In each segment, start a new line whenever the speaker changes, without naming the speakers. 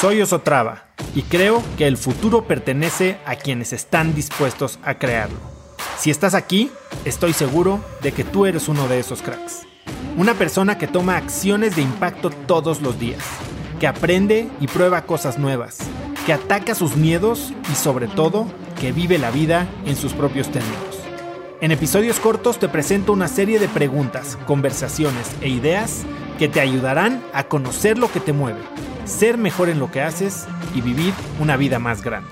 Soy Osotrava y creo que el futuro pertenece a quienes están dispuestos a crearlo. Si estás aquí, estoy seguro de que tú eres uno de esos cracks. Una persona que toma acciones de impacto todos los días, que aprende y prueba cosas nuevas, que ataca sus miedos y sobre todo, que vive la vida en sus propios términos. En episodios cortos te presento una serie de preguntas, conversaciones e ideas que te ayudarán a conocer lo que te mueve, ser mejor en lo que haces y vivir una vida más grande.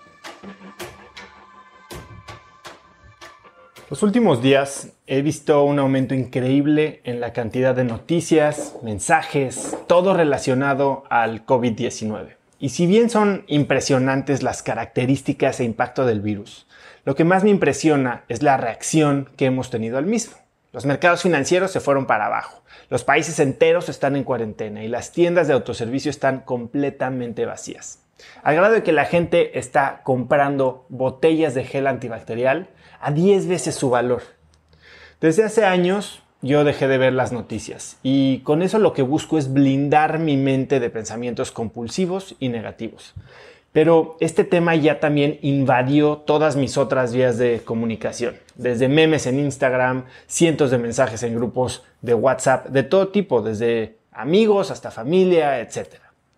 Los últimos días he visto un aumento increíble en la cantidad de noticias, mensajes, todo relacionado al COVID-19. Y si bien son impresionantes las características e impacto del virus, lo que más me impresiona es la reacción que hemos tenido al mismo. Los mercados financieros se fueron para abajo, los países enteros están en cuarentena y las tiendas de autoservicio están completamente vacías. Al grado de que la gente está comprando botellas de gel antibacterial a 10 veces su valor. Desde hace años yo dejé de ver las noticias y con eso lo que busco es blindar mi mente de pensamientos compulsivos y negativos. Pero este tema ya también invadió todas mis otras vías de comunicación. Desde memes en Instagram, cientos de mensajes en grupos de WhatsApp, de todo tipo, desde amigos hasta familia, etc.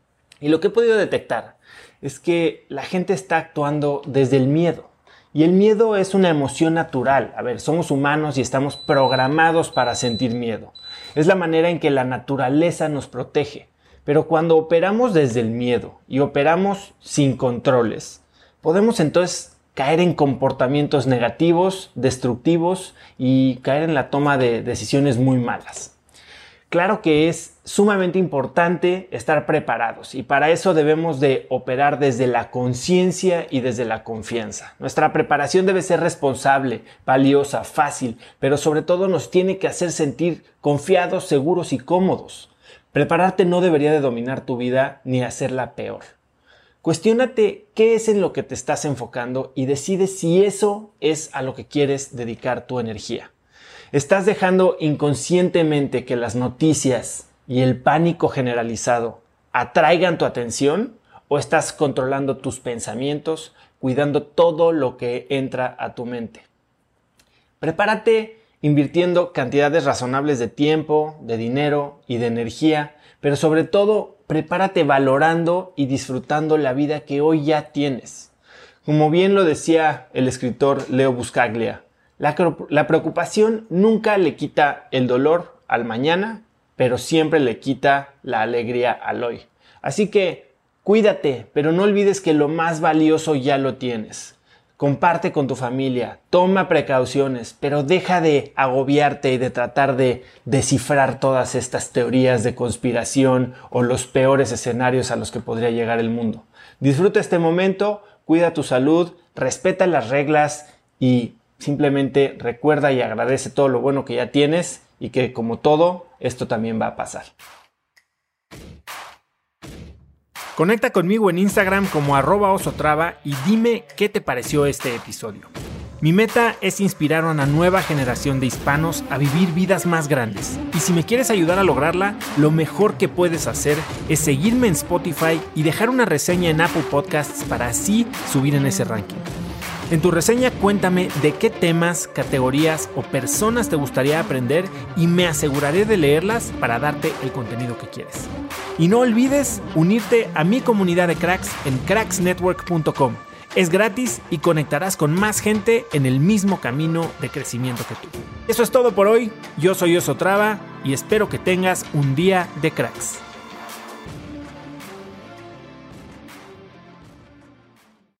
Y lo que he podido detectar es que la gente está actuando desde el miedo. Y el miedo es una emoción natural. Somos humanos y estamos programados para sentir miedo. Es la manera en que la naturaleza nos protege. Pero cuando operamos desde el miedo y operamos sin controles, podemos entonces caer en comportamientos negativos, destructivos y caer en la toma de decisiones muy malas. Claro que es sumamente importante estar preparados y para eso debemos de operar desde la conciencia y desde la confianza. Nuestra preparación debe ser responsable, valiosa, fácil, pero sobre todo nos tiene que hacer sentir confiados, seguros y cómodos. Prepararte no debería de dominar tu vida ni hacerla peor. Cuestiónate qué es en lo que te estás enfocando y decide si eso es a lo que quieres dedicar tu energía. ¿Estás dejando inconscientemente que las noticias y el pánico generalizado atraigan tu atención o estás controlando tus pensamientos, cuidando todo lo que entra a tu mente? Prepárate invirtiendo cantidades razonables de tiempo, de dinero y de energía, pero sobre todo prepárate valorando y disfrutando la vida que hoy ya tienes. Como bien lo decía el escritor Leo Buscaglia, la preocupación nunca le quita el dolor al mañana, pero siempre le quita la alegría al hoy. Así que cuídate, pero no olvides que lo más valioso ya lo tienes. Comparte con tu familia, toma precauciones, pero deja de agobiarte y de tratar de descifrar todas estas teorías de conspiración o los peores escenarios a los que podría llegar el mundo. Disfruta este momento, cuida tu salud, respeta las reglas y simplemente recuerda y agradece todo lo bueno que ya tienes y que como todo, esto también va a pasar. Conecta conmigo en Instagram como @osotrava y dime qué te pareció este episodio. Mi meta es inspirar a una nueva generación de hispanos a vivir vidas más grandes. Y si me quieres ayudar a lograrla, lo mejor que puedes hacer es seguirme en Spotify y dejar una reseña en Apple Podcasts para así subir en ese ranking. En tu reseña cuéntame de qué temas, categorías o personas te gustaría aprender y me aseguraré de leerlas para darte el contenido que quieres. Y no olvides unirte a mi comunidad de cracks en cracksnetwork.com. Es gratis y conectarás con más gente en el mismo camino de crecimiento que tú. Eso es todo por hoy. Yo soy Osotrava y espero que tengas un día de cracks.